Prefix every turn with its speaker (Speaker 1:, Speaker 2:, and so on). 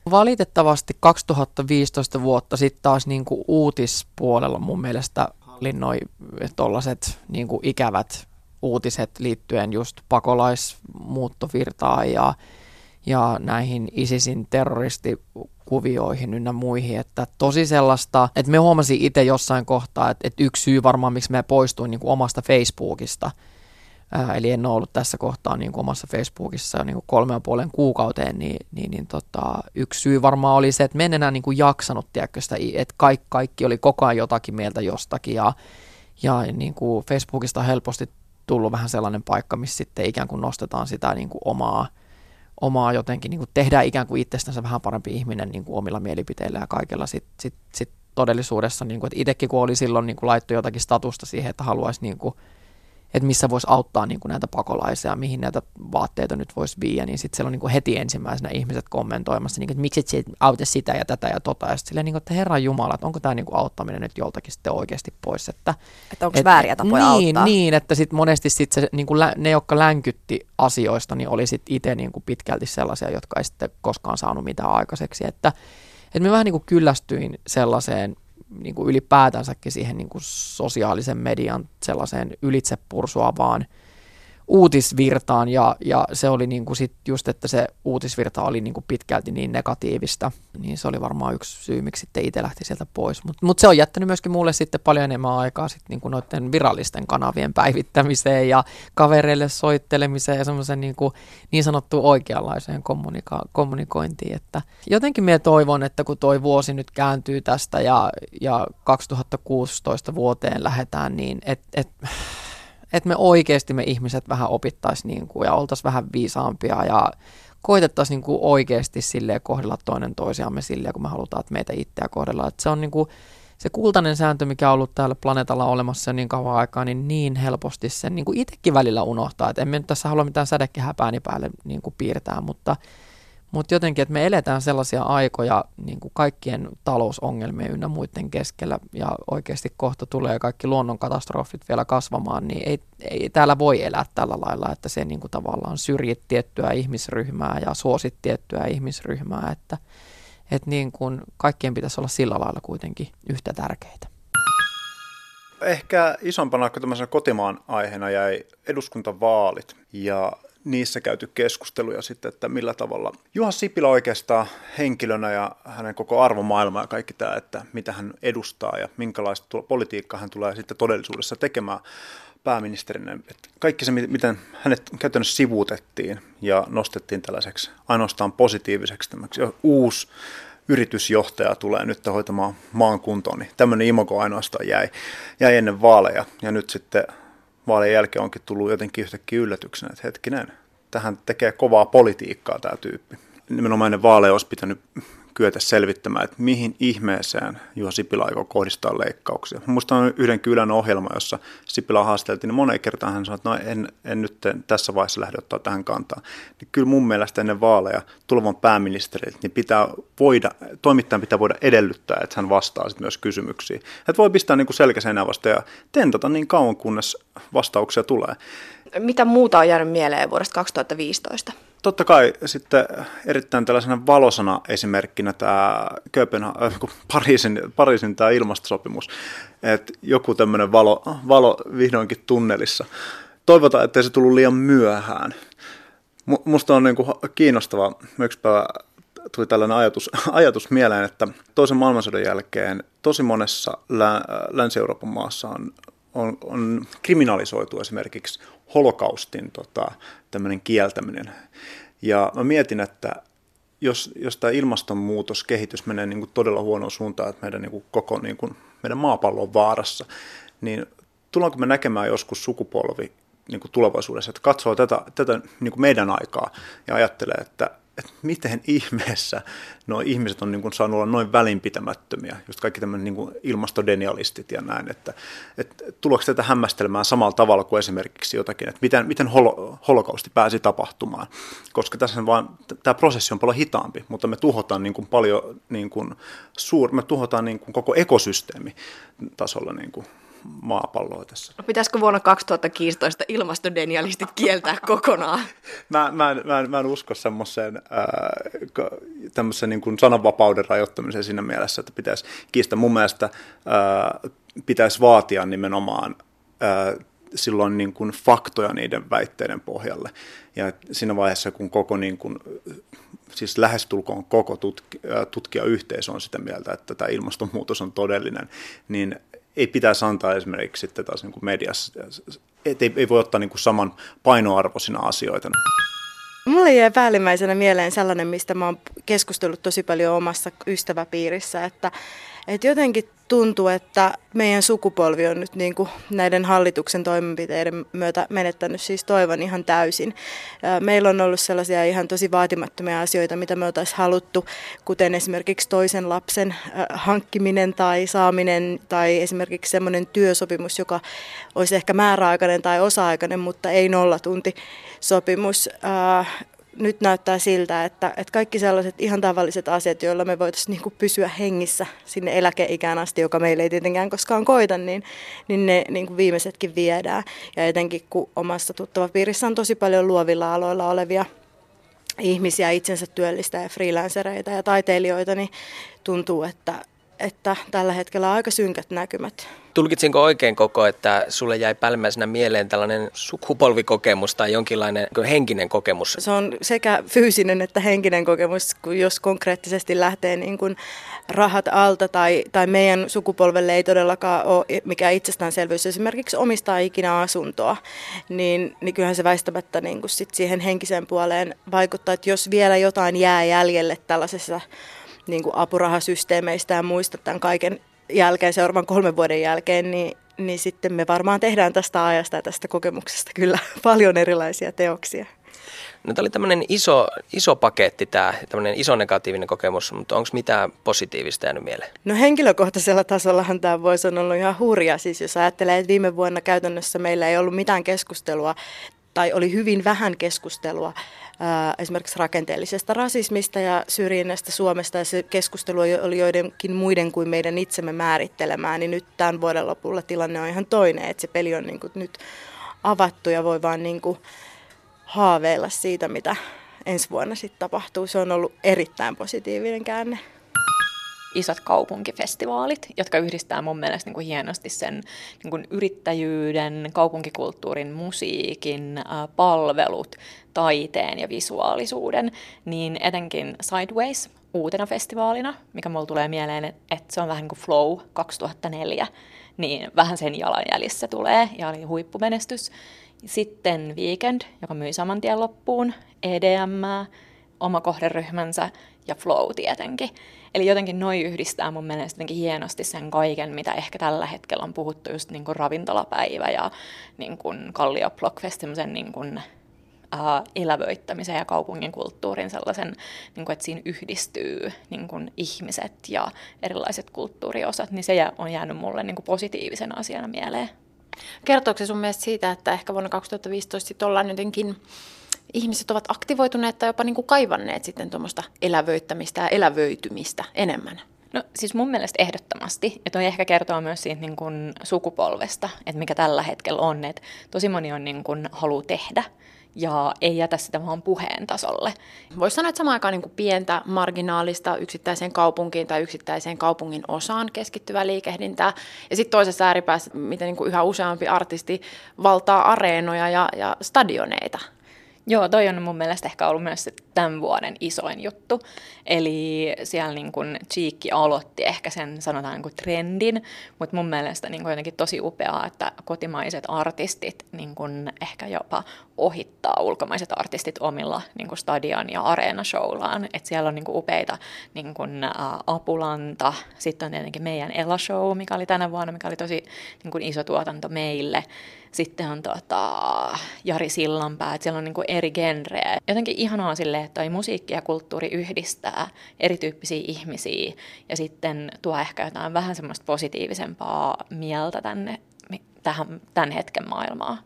Speaker 1: Valitettavasti 2015 vuotta sitten taas niin kuin uutispuolella mun mielestä hallinnoi tollaiset niin kuin ikävät uutiset liittyen just pakolaismuuttovirtaan ja näihin ISISin terroristikuvioihin ynnä muihin, että tosi sellaista, että me huomasin itse jossain kohtaa, että yksi syy varmaan, miksi me poistuin niin kuin omasta Facebookista, eli en ole ollut tässä kohtaa niin kuin omassa Facebookissa jo niin kuin 3,5 kuukauteen, niin yksi syy varmaan oli se, että me en enää niin kuin jaksanut, tiedätkö sitä, että kaikki oli koko ajan jotakin mieltä jostakin, ja niin kuin Facebookista on helposti tullut vähän sellainen paikka, missä sitten ikään kuin nostetaan sitä niin kuin omaa jotenkin, niin kuin tehdään ikään kuin itsestänsä vähän parempi ihminen niin kuin omilla mielipiteillä ja kaikella sit todellisuudessa, niin kuin, että itsekin kun oli silloin niin kuin laittoi jotakin statusta siihen, että haluaisi niin kuin, että missä voisi auttaa niin kuin näitä pakolaisia, mihin näitä vaatteita nyt voisi viiä, niin sitten siellä on niin kuin heti ensimmäisenä ihmiset kommentoimassa, niin kuin, että miksi et auta sitä ja tätä ja tota, ja sitten silleen, niin kuin, että Herran Jumala, että onko tämä niin kuin auttaminen nyt joltakin sitten oikeasti pois. Että
Speaker 2: onko vääriä tapoja auttaa?
Speaker 1: Niin, että sitten monesti sit se, niin kuin ne, jotka länkytti asioista, niin oli sitten itse niin kuin pitkälti sellaisia, jotka ei sitten koskaan saanut mitään aikaiseksi, että me vähän niin kuin kyllästyin sellaiseen, niin kuin ylipäätänsäkin siihen niin kuin sosiaalisen median sellaiseen ylitsepursuavaan uutisvirtaan ja se oli niin kuin sit just, että se uutisvirta oli niin kuin pitkälti niin negatiivista, niin se oli varmaan yksi syy, miksi sitten itse lähti sieltä pois. Mutta se on jättänyt myöskin mulle sitten paljon enemmän aikaa sitten niin kuin noiden virallisten kanavien päivittämiseen ja kavereille soittelemiseen ja semmoisen niin sanottuun oikeanlaiseen kommunikointiin. Että jotenkin minä toivon, että kun toi vuosi nyt kääntyy tästä ja 2016 vuoteen lähdetään, niin että me oikeasti me ihmiset vähän opittaisiin niin kuin, ja oltaisiin vähän viisaampia ja koitettaisiin niin kuin oikeasti silleen kohdella toinen toisiamme silleen, kun me halutaan, että meitä itseä kohdellaan. Että se on niin kuin, se kultainen sääntö, mikä on ollut täällä planeetalla olemassa jo niin kauan aikaa, niin helposti sen niin kuin itsekin välillä unohtaa. Että emme nyt tässä halua mitään sädekehää pääni päälle niin kuin piirtää, mutta jotenkin, että me eletään sellaisia aikoja niin kuin kaikkien talousongelmien ynnä muiden keskellä ja oikeasti kohta tulee kaikki luonnonkatastrofit vielä kasvamaan, niin ei täällä voi elää tällä lailla, että se niin kuin tavallaan syrjit tiettyä ihmisryhmää ja suosit tiettyä ihmisryhmää, että niin kuin kaikkien pitäisi olla sillä lailla kuitenkin yhtä tärkeitä.
Speaker 3: Ehkä isompana kuin tämmöisenä kotimaan aiheena jäi eduskuntavaalit ja niissä käyty keskusteluja sitten, että millä tavalla Juha Sipilä oikeastaan henkilönä ja hänen koko arvomaailma ja kaikki tämä, että mitä hän edustaa ja minkälaista politiikkaa hän tulee sitten todellisuudessa tekemään pääministerinä. Että kaikki se, miten hänet käytännössä sivuutettiin ja nostettiin tällaiseksi ainoastaan positiiviseksi tämmöksi uusi yritysjohtaja tulee nyt hoitamaan maan kuntoon, niin tämmöinen imago ainoastaan jäi ennen vaaleja ja nyt sitten vaalien jälkeen onkin tullut jotenkin yhtäkkiä yllätyksenä, että hetkinen, tähän tekee kovaa politiikkaa tämä tyyppi. Nimenomaan ennen vaaleja olisi pitänyt kyetä selvittämään, että mihin ihmeeseen Juha Sipilä aikoo kohdistaa leikkauksia. Muistan yhden kylän ohjelma, jossa Sipilä haasteltiin, niin moneen kertaan hän sanoi, että no en nyt tässä vaiheessa lähde ottaa tähän kantaa. Niin kyllä mun mielestä ennen vaaleja tulevan pääministeriltä, niin toimittajan pitää voida edellyttää, että hän vastaa sitten myös kysymyksiin. Että voi pistää niin kuin selkäseinää vasta ja tentata niin kauan, kunnes vastauksia tulee.
Speaker 2: Mitä muuta on jäänyt mieleen vuodesta 2015?
Speaker 3: Totta kai sitten erittäin tällaisena valosana esimerkkinä tämä Pariisin tämä ilmastosopimus, että joku tämmöinen valo vihdoinkin tunnelissa. Toivotaan, ettei se tullut liian myöhään. Musta on niin kuin kiinnostava, yksi päivä tuli tällainen ajatus mieleen, että toisen maailmansodan jälkeen tosi monessa Länsi-Euroopan maassa on kriminalisoitu esimerkiksi holokaustin tämmöinen kieltäminen. Ja mä mietin, että jos tämä ilmastonmuutoskehitys menee niin kuin todella huonoon suuntaan, että meidän niin kuin koko niin kuin meidän maapallo on vaarassa, niin tullaanko me näkemään joskus sukupolvi niin kuin tulevaisuudessa, että katsoo tätä niin kuin meidän aikaa ja ajattelee, että miten ihmeessä nuo ihmiset on niin kuin saanut olla noin välinpitämättömiä, just kaikki tämmöinen niin kuin ilmastodenialistit ja näin, että tuloako tätä hämmästelemään samalla tavalla kuin esimerkiksi jotakin, että miten holokausti pääsi tapahtumaan, koska tässä vaan tämä prosessi on paljon hitaampi, mutta me tuhotaan niin kuin paljon me tuhotaan niin kuin koko ekosysteemi tasolla niin kuin maapalloa tässä.
Speaker 2: No, pitäisikö vuonna 2015 ilmastodenialistit kieltää kokonaan?
Speaker 3: Mä en usko semmoiseen tämmöisen niin kuin sananvapauden rajoittamiseen siinä mielessä, että pitäisi kiistää. Mun mielestä pitäisi vaatia nimenomaan silloin niin kuin faktoja niiden väitteiden pohjalle. Ja siinä vaiheessa, kun siis lähestulkoon koko tutkijayhteisö on sitä mieltä, että tämä ilmastonmuutos on todellinen, niin ei pitäisi antaa esimerkiksi sitten taas niin kuin mediassa, ei voi ottaa niin kuin saman painoarvoisina asioita.
Speaker 4: Mulle jäi päällimmäisenä mieleen sellainen, mistä mä oon keskustellut tosi paljon omassa ystäväpiirissä, että jotenkin tuntuu, että meidän sukupolvi on nyt niin kuin näiden hallituksen toimenpiteiden myötä menettänyt siis toivon ihan täysin. Meillä on ollut sellaisia ihan tosi vaatimattomia asioita, mitä me oltaisiin haluttu, kuten esimerkiksi toisen lapsen hankkiminen tai saaminen, tai esimerkiksi semmoinen työsopimus, joka olisi ehkä määräaikainen tai osa-aikainen, mutta ei nollatuntisopimus. Nyt näyttää siltä, että kaikki sellaiset ihan tavalliset asiat, joilla me voitaisiin niin kuin pysyä hengissä sinne eläkeikään asti, joka meille ei tietenkään koskaan koita, niin ne niin kuin viimeisetkin viedään. Ja etenkin kun omassa tuttavapiirissä on tosi paljon luovilla aloilla olevia ihmisiä, itsensä työllistäjiä, freelancereita ja taiteilijoita, niin tuntuu, että tällä hetkellä on aika synkät näkymät.
Speaker 5: Tulkitsinko oikein koko, että sulle jäi päällimmäisenä mieleen tällainen sukupolvikokemus tai jonkinlainen henkinen kokemus?
Speaker 4: Se on sekä fyysinen että henkinen kokemus, jos konkreettisesti lähtee niin kuin rahat alta tai meidän sukupolvelle ei todellakaan ole mikään itsestäänselvyys esimerkiksi omistaa ikinä asuntoa, niin kyllähän se väistämättä niin kuin sit siihen henkiseen puoleen vaikuttaa, että jos vielä jotain jää jäljelle tällaisessa niin kuin apurahasysteemeistä ja muista tämän kaiken jälkeen, seuraavan 3 vuoden jälkeen, niin sitten me varmaan tehdään tästä ajasta ja tästä kokemuksesta kyllä paljon erilaisia teoksia.
Speaker 5: No, tämä oli tämmöinen iso paketti, tämmöinen iso negatiivinen kokemus, mutta onko mitään positiivista jäänyt mieleen?
Speaker 4: No, henkilökohtaisella tasollahan tämä vuosi on ollut ihan hurja. Siis jos ajattelee, että viime vuonna käytännössä meillä ei ollut mitään keskustelua tai oli hyvin vähän keskustelua esimerkiksi rakenteellisesta rasismista ja syrjinnästä Suomesta, ja se keskustelu oli joidenkin muiden kuin meidän itsemme määrittelemään, niin nyt tämän vuoden lopulla tilanne on ihan toinen, että se peli on niin kuin nyt avattu ja voi vaan niin kuin haaveilla siitä, mitä ensi vuonna sitten tapahtuu. Se on ollut erittäin positiivinen käänne.
Speaker 6: Isot kaupunkifestivaalit, jotka yhdistää mun mielestä niin kuin hienosti sen niin kuin yrittäjyyden, kaupunkikulttuurin, musiikin, palvelut, taiteen ja visuaalisuuden, niin etenkin Sideways uutena festivaalina, mikä mulla tulee mieleen, että se on vähän niin kuin Flow 2004, niin vähän sen jalanjäljissä tulee ja oli huippumenestys. Sitten Weekend, joka myi saman tien loppuun, EDM, oma kohderyhmänsä ja Flow tietenkin. Eli jotenkin noi yhdistää mun mielestä jotenkin hienosti sen kaiken, mitä ehkä tällä hetkellä on puhuttu, just niin kuin ravintolapäivä ja niin kuin Kallio Blockfest, semmoisen niin kuin elävöittämisen ja kaupungin kulttuurin sellaisen, niin kuin, että siinä yhdistyy niin kuin ihmiset ja erilaiset kulttuuriosat, niin se on jäänyt mulle niin kuin positiivisen asiana mieleen.
Speaker 7: Kertooko se sun mielestä siitä, että ehkä vuonna 2015 sitten ollaan jotenkin ihmiset ovat aktivoituneet tai jopa niin kuin kaivanneet sitten tuommoista elävöittämistä ja elävöitymistä enemmän?
Speaker 6: No siis mun mielestä ehdottomasti, ja toi ehkä kertoo myös siitä niin kuin sukupolvesta, että mikä tällä hetkellä on, että tosi moni on niin kuin haluaa tehdä ja ei jätä sitä vaan puheen tasolle.
Speaker 7: Voisi sanoa, että samaan aikaan niin kuin pientä, marginaalista yksittäiseen kaupunkiin tai yksittäiseen kaupungin osaan keskittyvää liikehdintää. Ja sitten toisessa ääripäässä, miten niin kuin yhä useampi artisti valtaa areenoja ja stadioneita.
Speaker 6: Joo, toi on mun mielestä ehkä ollut myös tämän vuoden isoin juttu. Eli siellä niin kuin Cheekki aloitti ehkä sen, sanotaan, niin kuin trendin, mutta mun mielestä niin kuin jotenkin tosi upeaa, että kotimaiset artistit niin kuin ehkä jopa ohittaa ulkomaiset artistit omilla niin kuin stadion- ja areenashowllaan. Että siellä on niin kuin upeita niin kuin Apulanta, sitten on tietenkin meidän Ela-show, mikä oli tänä vuonna, mikä oli tosi niin kuin iso tuotanto meille. Sitten on Jari Sillanpää, että siellä on niinku eri genrejä. Jotenkin ihanaa silleen, että toi musiikki ja kulttuuri yhdistää erityyppisiä ihmisiä ja sitten tuo ehkä jotain vähän semmoista positiivisempaa mieltä tämän hetken maailmaa.